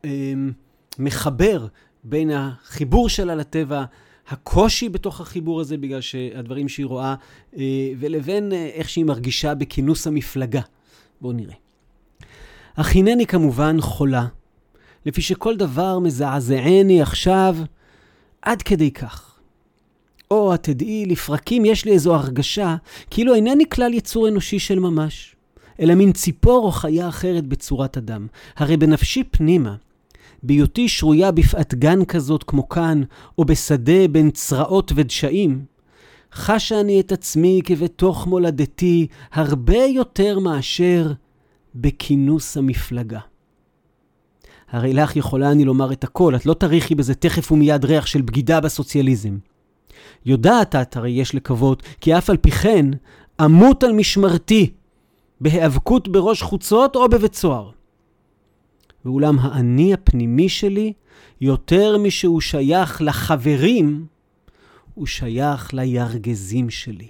B: מחבר בין החיבור שלה לטבע, הקושי בתוך החיבור הזה בגלל שהדברים שהיא רואה, ולבין איך שהיא מרגישה בכינוס המפלגה. בואו נראה. אך הנני כמובן חולה, לפי שכל דבר מזעזעני עכשיו עד כדי כך. או תדעי, לפרקים יש לי איזו הרגשה, כאילו אינני כלל יצור אנושי של ממש, אלא מין ציפור או חיה אחרת בצורת אדם. הרי בנפשי פנימה, בהיותי שרויה בפעת גן כזאת כמו כאן, או בשדה בין צרעות ודשאים, חשה אני את עצמי כבתוך מולדתי הרבה יותר מאשר בכינוס המפלגה. הרי לך יכולה אני לומר את הכל, את לא תריחי בזה תכף ומיד ריח של בגידה בסוציאליזם. יודעת את הרי יש לקוות, כי אף על פי כן אמות על משמרתי, בהיאבקות בראש חוצות או בבית סוהר. ואולם האני הפנימי שלי, יותר משהוא שייך לחברים, הוא שייך לירגזים שלי.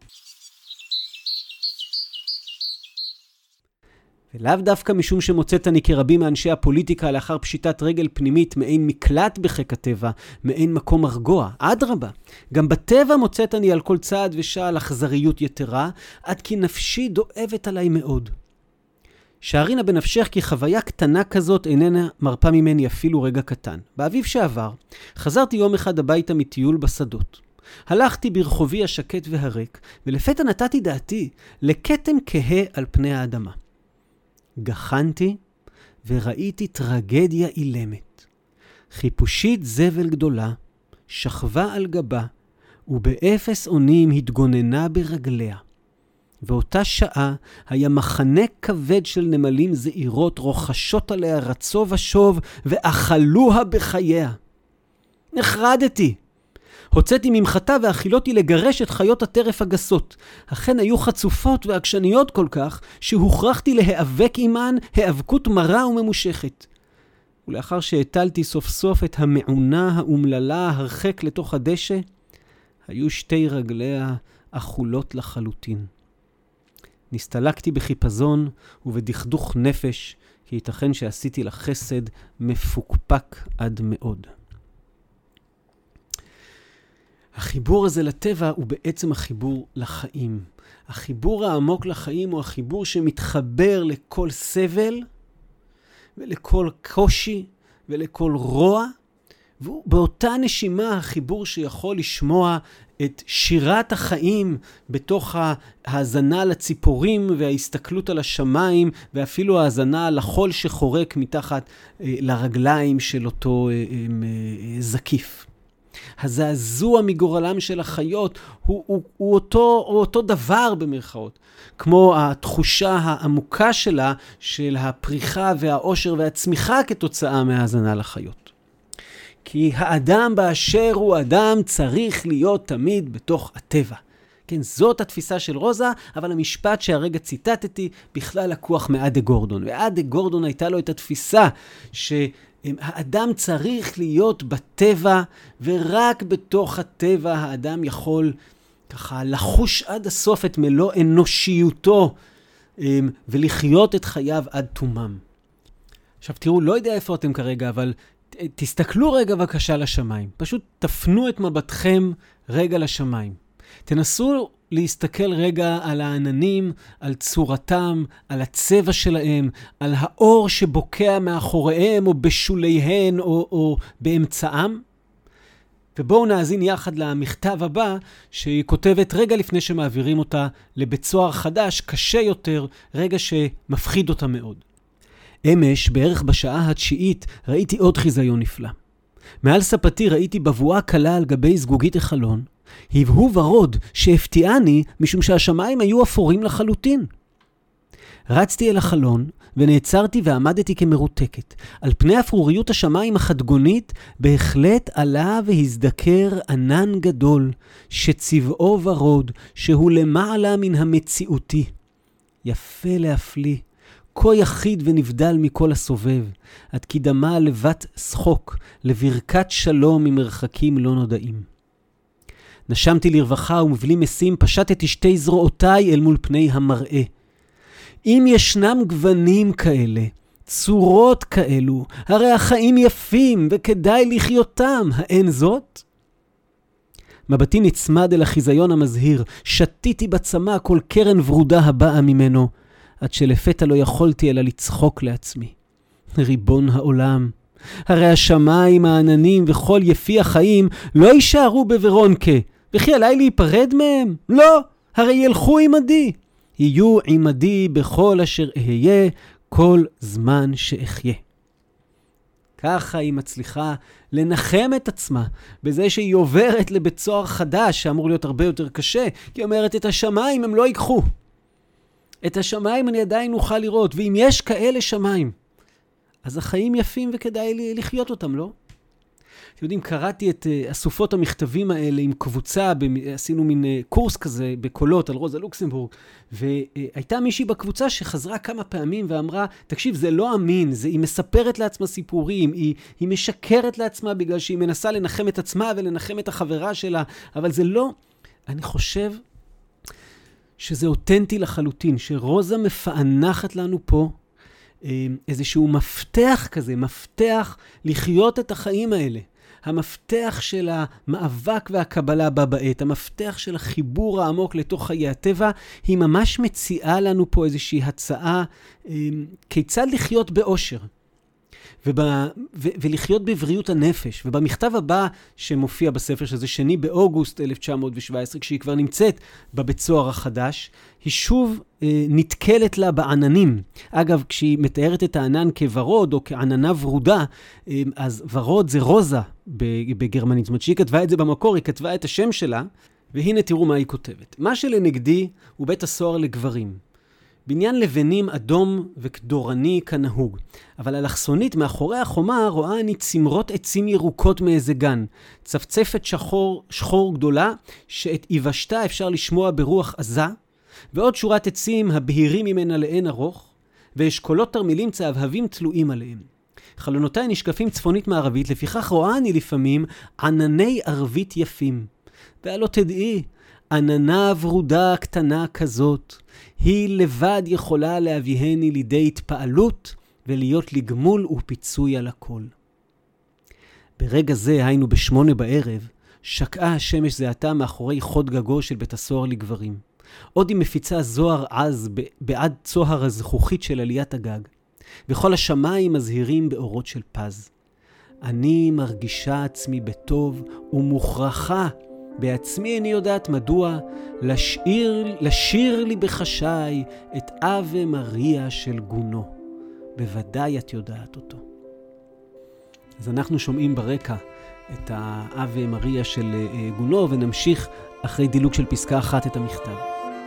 B: ולאו דווקא משום שמוצאתני כרבים מאנשי הפוליטיקה לאחר פשיטת רגל פנימית מעין מקלט בחיק הטבע, מעין מקום הרגוע. אדרבה, גם בטבע מוצאתני על כל צעד ושעל אכזריות יתרה, עד כי נפשי דואבת עליי מאוד. שערינה בנפשך כי חוויה קטנה כזאת איננה מרפה ממני אפילו רגע קטן. באביב שעבר, חזרתי יום אחד הביתה מטיול בשדות. הלכתי ברחובי השקט והריק, ולפתע נתתי דעתי לקטם כהה על פני האדמה. גחנתי וראיתי טרגדיה אילמת. חיפושית זבל גדולה, שכבה על גבה, ובאפס אונים התגוננה ברגליה. ואותה שעה היה מחנה כבד של נמלים זעירות רוחשות עליה רצו ושוב, ואכלוה בחייה. נחרדתי. הוצאתי ממחתה והחילותי לגרש את חיות הטרף הגסות. אכן היו חצופות ועקשניות כל כך, שהוכרחתי להיאבק עימן היאבקות מרה וממושכת. ולאחר שהטלתי סוף סוף את המעונה האומללה הרחק לתוך הדשא, היו שתי רגליה אכולות לחלוטין. נסתלקתי בחיפזון ובדכדוך נפש, כי ייתכן שעשיתי לה חסד מפוקפק עד מאוד. החיבור הזה לטבע הוא בעצם החיבור לחיים. החיבור העמוק לחיים הוא החיבור שמתחבר לכל סבל ולכל קושי ולכל רוע, ובאותה נשימה החיבור שיכול לשמוע את שירת החיים בתוך ההאזנה לציפורים וההסתכלות על השמיים, ואפילו ההאזנה לחול שחורק מתחת לרגליים של אותו זקיף. הזעזוע מגורלם של החיות הוא אותו דבר במרכאות, כמו התחושה העמוקה שלה של הפריחה והאושר והצמיחה כתוצאה מההאזנה לחיות. כי האדם באשר הוא אדם צריך להיות תמיד בתוך הטבע. כן, זאת התפיסה של רוזה, אבל המשפט שהרגע ציטטתי בכלל לקוח מאדה גורדון. ואדה גורדון הייתה לו את התפיסה האדם צריך להיות בטבע, ורק בתוך הטבע האדם יכול ככה לחוש עד הסוף את מלוא אנושיותו, ולחיות את חייו עד תומם. עכשיו תראו, לא יודע איפה אתם כרגע, אבל תסתכלו רגע בבקשה לשמיים. פשוט תפנו את מבטכם רגע לשמיים. תנסו להסתכל רגע על העננים, על צורתם, על הצבע שלהם, על האור שבוקע מאחוריהם או בשוליהם או באמצעם. ובואו נאזין יחד למכתב הבא שהיא כותבת רגע לפני שמעבירים אותה לבית סוהר חדש, קשה יותר, רגע שמפחיד אותה מאוד. אמש, בערך בשעה התשיעית, ראיתי עוד חיזיון נפלא. מעל ספתי ראיתי בבואה קלה על גבי זגוגית החלון, הבהוב ורוד שהפתיעני משום שהשמיים היו אפורים לחלוטין. רצתי אל החלון ונעצרתי ועמדתי כמרותקת. על פני אפרוריות השמיים החדגונית בהחלט עלה והזדקר ענן גדול שצבעו ורוד שהוא למעלה מן המציאותי. יפה להפליא, כה יחיד ונבדל מכל הסובב, עד כי דמה לבת שחוק, לברכת שלום ממרחקים לא נודעים. נשמתי לרווחה ומבלי משים פשטתי שתי זרועותיי אל מול פני המראה. אם ישנם גוונים כאלה, צורות כאלו, הרי החיים יפים וכדאי לחיותם, האין זאת? מבטי נצמד אל החיזיון המזהיר, שתיתי בצמא כל קרן ורודה הבאה ממנו, עד שלפתע לא יכולתי אלא לצחוק לעצמי. ריבון העולם, הרי השמיים, העננים וכל יפי החיים לא יישארו בוורונקה, וכי עליי להיפרד מהם? לא, הרי ילכו עמדי. יהיו עמדי בכל אשר אהיה, כל זמן שאחיה. ככה היא מצליחה לנחם את עצמה, בזה שהיא עוברת לבית סוהר חדש, שאמור להיות הרבה יותר קשה, כי היא אומרת את השמיים הם לא ייקחו. את השמיים אני עדיין אוכל לראות, ואם יש כאלה שמיים, אז החיים יפים וכדאי לחיות אותם, לא? אתם יודעים, קראתי את אסופות המכתבים האלה עם קבוצה, עשינו מין קורס כזה בקולות על רוזה לוקסמבורג, והייתה מישהי בקבוצה שחזרה כמה פעמים ואמרה, תקשיב, זה לא אמין, היא מספרת לעצמה סיפורים, היא משקרת לעצמה בגלל שהיא מנסה לנחם את עצמה ולנחם את החברה שלה, אבל זה לא, אני חושב שזה אותנטי לחלוטין, שרוזה מפענחת לנו פה איזשהו מפתח כזה, מפתח לחיות את החיים האלה. המפתח של המאבק והקבלה בה בעת, המפתח של החיבור העמוק לתוך חיי הטבע, היא ממש מציעה לנו פה איזושהי הצעה כיצד לחיות באושר. ולחיות בבריאות הנפש. ובמכתב הבא שמופיע בספר, שזה 2 באוגוסט 1917, כשהיא כבר נמצאת בבית סוהר החדש, היא שוב נתקלת לה בעננים. אגב, כשהיא מתארת את הענן כוורוד או כעננה ורודה, אז ורוד זה רוזה בגרמנית. זאת אומרת שהיא כתבה את זה במקור, היא כתבה את השם שלה, והנה תראו מה היא כותבת. מה שלנגדי הוא בית הסוהר לגברים. בניין לבנים אדום וכדורני כנהוג, אבל אלכסונית מאחורי החומה רואה אני צמרות עצים ירוקות מאיזה גן, צפצפת שחור גדולה שאת יבשתה אפשר לשמוע ברוח עזה, ועוד שורת עצים הבהירים ממנה לאין ארוך, ואשכולות תרמילים צהבהבים תלויים עליהם. חלונותיי נשקפים צפונית מערבית, לפיכך רואה אני לפעמים ענני ערבית יפים. והלא תדעי, עננה ורודה קטנה כזאת, היא לבד יכולה להביאני לידי התפעלות ולהיות לגמול ופיצוי על הכל. ברגע זה, היינו ב8 בערב, שקעה השמש זעתה מאחורי חוד גגו של בית הסוהר לגברים. עוד היא מפיצה זוהר עז בעד צוהר הזכוכית של עליית הגג, וכל השמיים מזהירים באורות של פז. אני מרגישה עצמי בטוב ומוכרחה, בעצמי אני יודעת מדוע, לשיר לי בחשאי את אבה מריה של גונו. בוודאי את יודעת אותו. אז אנחנו שומעים ברקע את האבה מריה של גונו, ונמשיך אחרי דילוג של פסקה אחת את המכתב.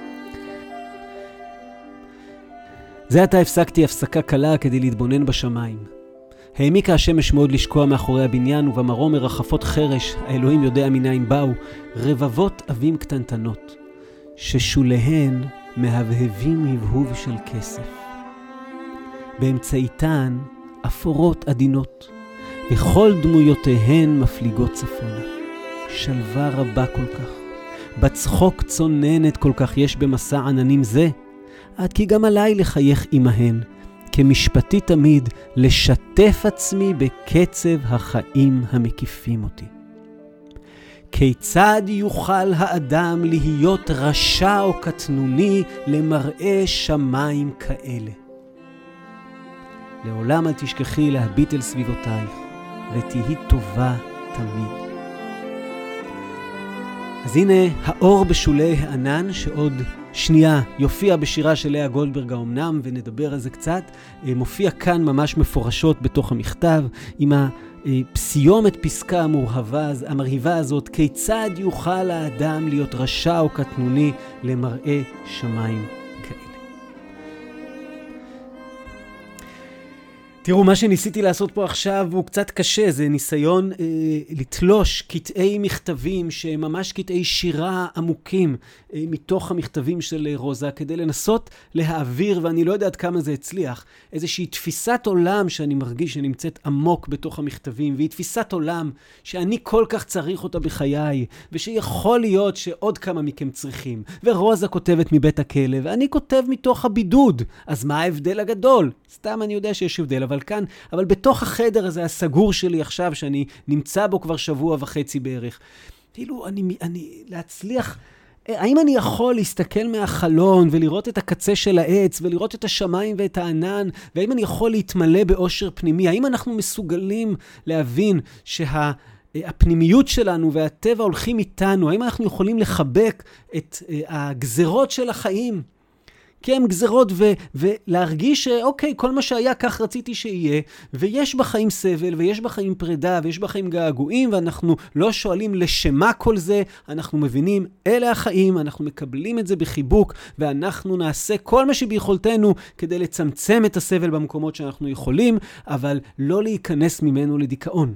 B: זה עתה הפסקתי הפסקה קלה כדי להתבונן בשמיים. העמיקה השמש מאוד לשקוע מאחורי הבניין, ובמרום מרחפות חרש, האלוהים יודע מנין באו, רבבות אבים קטנטנות, ששוליהן מהבהבים הבהוב של כסף. באמצעיתן אפורות עדינות, וכל דמויותיהן מפליגות צפונה. שלווה רבה כל כך, בצחוק צוננת כל כך יש במסע עננים זה, עד כי גם עליי לחייך עמהן, כמשפטי תמיד לשתף עצמי בקצב החיים המקיפים אותי. כיצד יוכל האדם להיות רשע או קטנוני למראה שמיים כאלה? לעולם אל תשכחי להביט אל סביבותייך, ותהי טובה תמיד. אז הנה האור בשולי הענן, שעוד שנייה יופיע בשירה של לאה גולדברג האומנם, ונדבר על זה קצת. מופיע כאן ממש מפורשות בתוך המכתב, עם הפסיומת פסקה המרהיבה הזאת, כיצד יוכל האדם להיות רשע או קטנוני למראה שמיים כאלה. תראו, מה שניסיתי לעשות פה עכשיו הוא קצת קשה, זה ניסיון לתלוש קטעי מכתבים שהם ממש קטעי שירה עמוקים מתוך המכתבים של רוזה, כדי לנסות להעביר, ואני לא יודע עד כמה זה הצליח, איזושהי תפיסת עולם שאני מרגיש שנמצאת עמוק בתוך המכתבים, והיא תפיסת עולם שאני כל כך צריך אותה בחיי, ושיכול להיות שעוד כמה מכם צריכים. ורוזה כותבת מבית הכלא, ואני כותב מתוך הבידוד. אז מה ההבדל הגדול? סתם אני יודע שיש הבדל, אבל בתוך החדר הזה הסגור שלי עכשיו, שאני נמצא בו כבר שבוע וחצי בערך, כאילו אני להצליח, האם אני יכול להסתכל מהחלון ולראות את הקצה של העץ ולראות את השמיים ואת הענן, והאם אני יכול להתמלא באושר פנימי? האם אנחנו מסוגלים להבין הפנימיות שלנו והטבע הולכים איתנו? האם אנחנו יכולים לחבק את הגזרות של החיים? כי הם גזרות ולהרגיש שאוקיי, כל מה שהיה כך רציתי שיהיה, ויש בחיים סבל, ויש בחיים פרידה, ויש בחיים געגועים, ואנחנו לא שואלים לשמה כל זה, אנחנו מבינים, אלה החיים, אנחנו מקבלים את זה בחיבוק, ואנחנו נעשה כל מה שביכולתנו כדי לצמצם את הסבל במקומות שאנחנו יכולים, אבל לא להיכנס ממנו לדיכאון.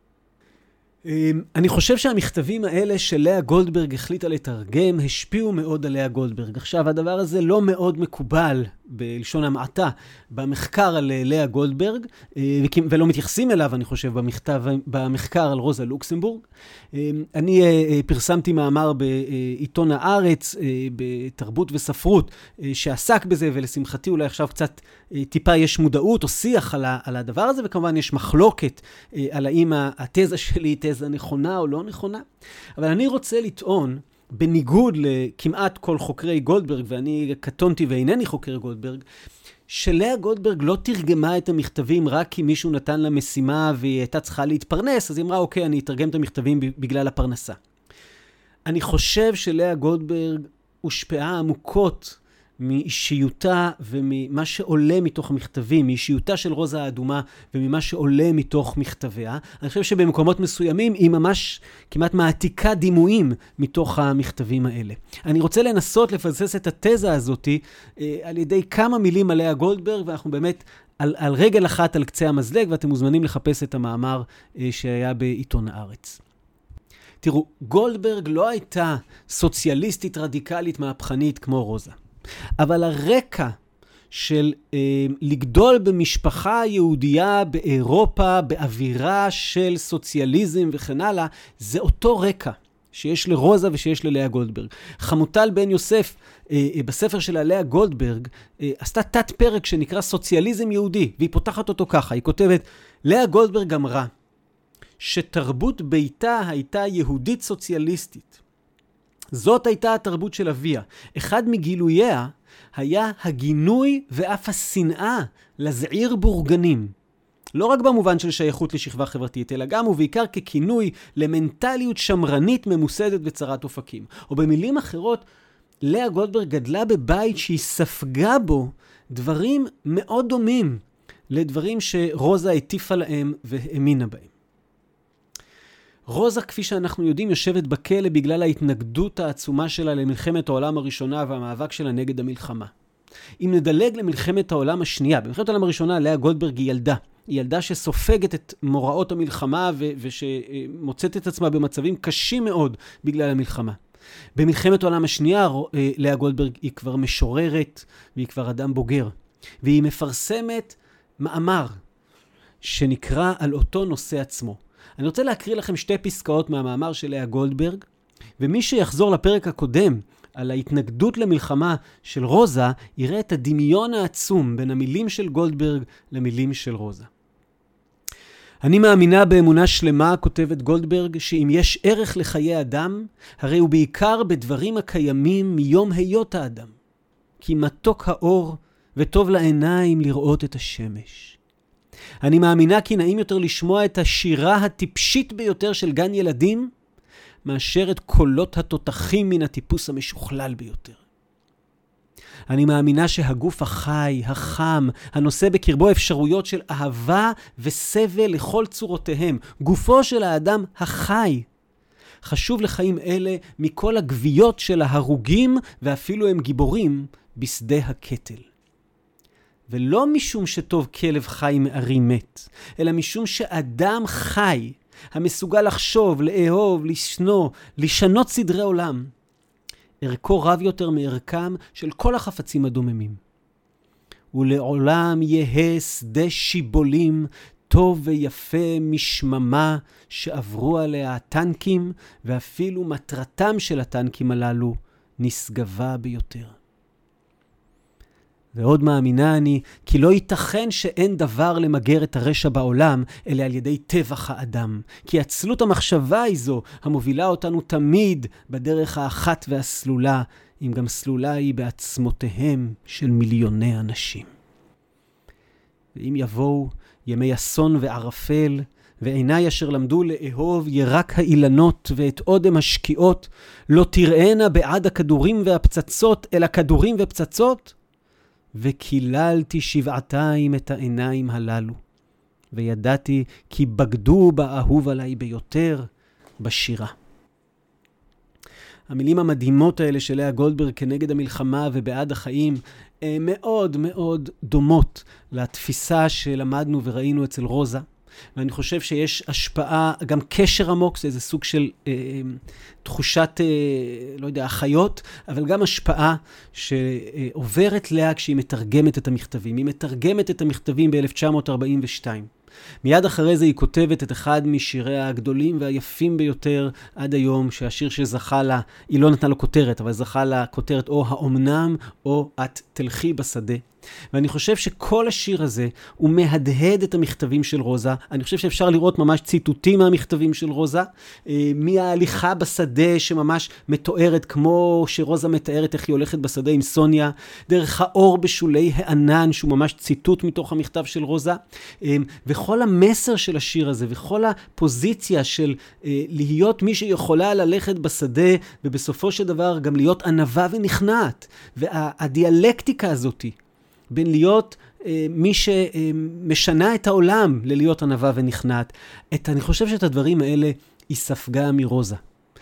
B: אני חושב שהמכתבים האלה של לאה גולדברג החליטה לתרגם, השפיעו מאוד על לאה גולדברג. עכשיו, הדבר הזה לא מאוד מקובל בלשון המעטה במחקר על לאה גולדברג, ולא מתייחסים אליו, אני חושב, במחקר על רוזה לוקסמבורג. אני פרסמתי מאמר בעיתון הארץ, בתרבות וספרות, שעסק בזה, ולשמחתי אולי עכשיו קצת טיפה יש מודעות או שיח על הדבר הזה, וכמובן יש מחלוקת על האם התזה שלי היא תזה נכונה או לא נכונה. אבל אני רוצה לטעון, בניגוד לכמעט כל חוקרי גולדברג, ואני קטונתי ואינני חוקר גולדברג, שלאה גולדברג לא תרגמה את המכתבים רק כי מישהו נתן לה משימה והיא הייתה צריכה להתפרנס, אז היא אמרה, אוקיי, אני אתרגם את המכתבים בגלל הפרנסה. אני חושב שלאה גולדברג הושפעה עמוקות מאישיותה וממה שעולה מתוך המכתבים, מאישיותה של רוזה האדומה וממה שעולה מתוך מכתביה. אני חושב שבמקומות מסוימים היא ממש כמעט מעתיקה דימויים מתוך המכתבים האלה. אני רוצה לנסות לפסס את התזה הזאת על ידי כמה מילים על לאה גולדברג, ואנחנו באמת על רגל אחת על קצה המזלג, ואתם מוזמנים לחפש את המאמר שהיה בעיתון הארץ. תראו, גולדברג לא הייתה סוציאליסטית רדיקלית מהפכנית כמו רוזה. אבל הרקע של לגדול במשפחה יהודייה באירופה, באווירה של סוציאליזם וכן הלאה, זה אותו רקע שיש לרוזה ושיש ללאה גולדברג. חמוטל בן יוסף, בספר של לאה גולדברג, עשתה תת פרק שנקרא סוציאליזם יהודי, והיא פותחת אותו ככה, היא כותבת, לאה גולדברג אמרה שתרבות ביתה הייתה יהודית סוציאליסטית. זאת הייתה התרבות של אביה. אחד מגילוייה היה הגינוי ואף השנאה לזעיר בורגנים. לא רק במובן של שייכות לשכבה חברתית, אלא גם ובעיקר ככינוי למנטליות שמרנית ממוסדת וצרת אופקים. או במילים אחרות, לאה גולדברג גדלה בבית שהיא ספגה בו דברים מאוד דומים לדברים שרוזה הטיפה להם והאמינה בהם. רוזה, כפי שאנחנו יודעים, יושבת בכלא בגלל ההתנגדות העצומה שלה למלחמת העולם הראשונה והמאבק שלה נגד המלחמה. אם נדלג למלחמת העולם השנייה, במלחמת העולם הראשונה לאה גולדברג היא ילדה. היא ילדה שסופגת את מוראות המלחמה ושמוצאת את עצמה במצבים קשים מאוד בגלל המלחמה. במלחמת העולם השנייה לאה גולדברג היא כבר משוררת והיא כבר אדם בוגר. והיא מפרסמת מאמר שנקרא על אותו נושא עצמו. אני רוצה להקריא לכם 2 פסקאות מהמאמר של לאה גולדברג, ומי שיחזור לפרק הקודם על ההתנגדות למלחמה של רוזה, יראה את הדמיון העצום בין המילים של גולדברג למילים של רוזה. אני מאמינה באמונה שלמה, כותבת גולדברג, שאם יש ערך לחיי אדם, הרי הוא בעיקר בדברים הקיימים מיום היות האדם. כי מתוק האור וטוב לעיניים לראות את השמש. אני מאמינה כי נעים יותר לשמוע את השירה הטיפשית ביותר של גן ילדים, מאשר את קולות התותחים מן הטיפוס המשוכלל ביותר. אני מאמינה שהגוף החי, החם, הנושא בקרבו אפשרויות של אהבה וסבל לכל צורותיהם, גופו של האדם החי, חשוב לחיים אלה מכל הגוויות של ההרוגים, ואפילו הם גיבורים בשדה הקטל. ולא משום שטוב כלב חי מארי מת, אלא משום שאדם חי, המסוגל לחשוב, לאהוב, לשנוא, לשנות סדרי עולם, ערכו רב יותר מערכם של כל החפצים הדוממים. ולעולם יהא שדה שיבולים, טוב ויפה משממה שעברו עליה הטנקים, ואפילו מטרתם של הטנקים הללו נשגבה ביותר. ועוד מאמינה אני כי לא ייתכן שאין דבר למגר את הרשע בעולם, אלא על ידי טבח האדם. כי עצלות המחשבה היא זו המובילה אותנו תמיד בדרך האחת והסלולה, אם גם סלולה היא בעצמותיהם של מיליוני אנשים. ואם יבואו ימי אסון וערפל, ועיניי אשר למדו לאהוב ירק האילנות ואת אודם השקיעות, לא תראינה בעד הכדורים והפצצות, אלא כדורים ופצצות, וקיללתי שבעתיים את העיניים הללו, וידעתי כי בגדו באהוב עליי ביותר בשירה. המילים המדהימות האלה של לאה גולדברג כנגד המלחמה ובעד החיים מאוד מאוד דומות לתפיסה שלמדנו וראינו אצל רוזה. ואני חושב שיש השפעה, גם קשר עמוק, זה איזה סוג של תחושת, לא יודע, החיות, אבל גם השפעה שעוברת לאה כשהיא מתרגמת את המכתבים. היא מתרגמת את המכתבים ב-1942. מיד אחרי זה היא כותבת את אחד משיריה הגדולים והיפים ביותר עד היום, שהשיר שזכה לה, היא לא נתנה לו כותרת, אבל זכה לה כותרת או האומנם או את תלכי בשדה. ואני חושב שכל השיר הזה הוא מהדהד את המכתבים של רוזה. אני חושב שאפשר לראות ממש ציטוטים מהמכתבים של רוזה, מההליכה בשדה שממש מתוארת כמו שרוזה מתארת איך היא הולכת בשדה עם סוניה, דרך האור בשולי הענן שהוא ממש ציטוט מתוך המכתב של רוזה, וכל המסר של השיר הזה וכל הפוזיציה של להיות מי שיכולה ללכת בשדה ובסופו של דבר גם להיות ענבה ונכנעת, והדיאלקטיקה הזאת בין להיות מי שמשנה את העולם ללהיות ענבה ונכנעת. אני חושב שאת הדברים האלה היא ספגה מרוזה.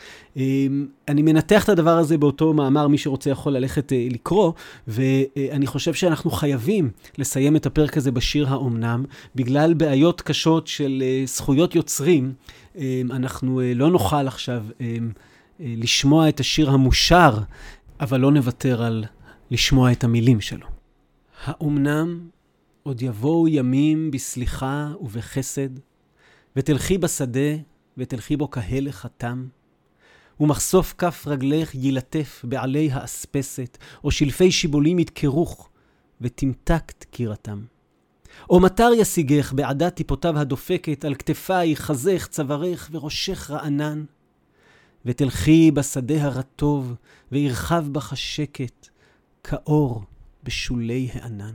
B: אני מנתח את הדבר הזה באותו מאמר, מי שרוצה יכול ללכת לקרוא, ואני חושב שאנחנו חייבים לסיים את הפרק הזה בשיר האומנם, בגלל בעיות קשות של זכויות יוצרים. אנחנו לא נוכל עכשיו לשמוע את השיר המושר, אבל לא נוותר על לשמוע את המילים שלו. האומנם עוד יבואו ימים בסליחה ובחסד, ותלכי בשדה ותלכי בו כהלך התם, ומחשוף כף רגלך ילטף בעלי האספסת, או שלפי שיבולים יתקרוך ותמתק תקירתם. או מטר ישיגך בעדת טיפותיו הדופקת על כתפיי, חזך, צווארך וראשך רענן, ותלכי בשדה הרטוב וירחב בך שקט כאור בשולי הענן.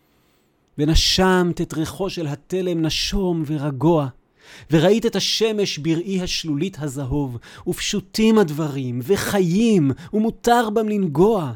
B: ונשמת את ריחו של התלם נשום ורגוע, וראית את השמש בראי השלולית הזהוב, ופשוטים הדברים וחיים, ומותר בם לנגוע,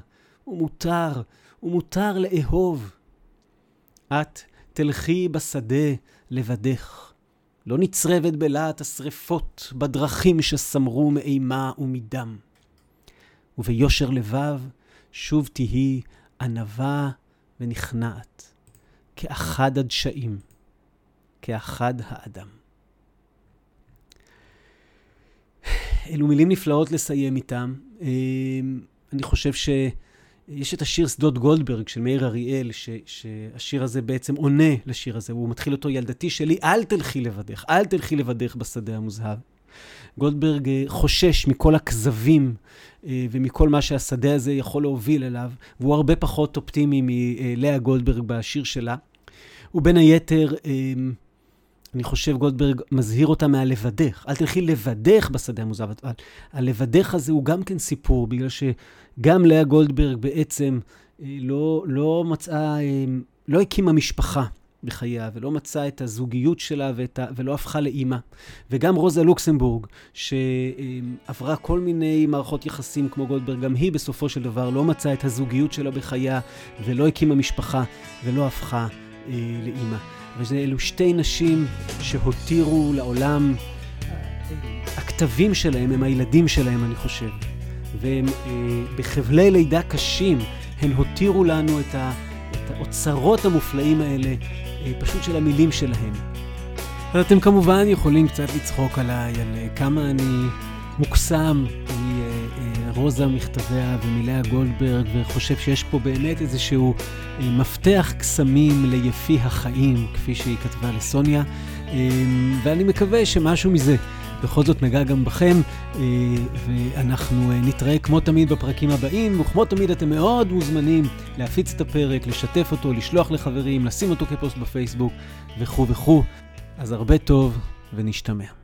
B: ומותר לאהוב. את תלכי בשדה לבדך, לא נצרבת בלהט השרפות בדרכים שסמרו מאימה ומדם. וביושר לבב שוב תהי ענבה ונכנעת, כאחד הדשאים, כאחד האדם. אלו מילים נפלאות לסיים איתם. אני חושב יש את השיר שדות גולדברג של מאיר אריאל, שהשיר הזה בעצם עונה לשיר הזה. הוא מתחיל אותו, ילדתי שלי, אל תלכי לבדך, אל תלכי לבדך בשדה המוזהב. גולדברג חושש מכל הכזבים ומכל מה שהשדה הזה יכול להוביל אליו, והוא הרבה פחות אופטימי מלאה גולדברג בשיר שלה. ובין היתר, אני חושב גולדברג מזהיר אותה מהלבדך. אל תלכי לבדך בשדה המוזהב. הלבדך הזה הוא גם כן סיפור, בגלל שגם לאה גולדברג בעצם לא מצאה, לא הקימה משפחה בחייה, ולא מצאה את הזוגיות שלה ולא הפכה לאימא. וגם רוזה לוקסמבורג, שעברה כל מיני מערכות יחסים כמו גולדברג, גם היא בסופו של דבר לא מצאה את הזוגיות שלה בחייה, ולא הקימה משפחה ולא הפכה לאימא. ואלו שתי נשים שהותירו לעולם, הכתבים שלהם הם הילדים שלהם, אני חושב. והם בחבלי לידה קשים, הן הותירו לנו את האוצרות המופלאים האלה, פשוט של המילים שלהם. אז אתם כמובן יכולים קצת לצחוק עליי, על כמה אני מוקסם מרוזה מכתביה ומלאה גולדברג, וחושב שיש פה באמת איזשהו מפתח קסמים ליפי החיים, כפי שהיא כתבה לסוניה, ואני מקווה שמשהו מזה בכל זאת נגע גם בכם, ואנחנו נתראה כמו תמיד בפרקים הבאים, וכמו תמיד אתם מאוד מוזמנים להפיץ את הפרק, לשתף אותו, לשלוח לחברים, לשים אותו כפוסט בפייסבוק וכו' וכו'. אז הרבה טוב ונשתמע.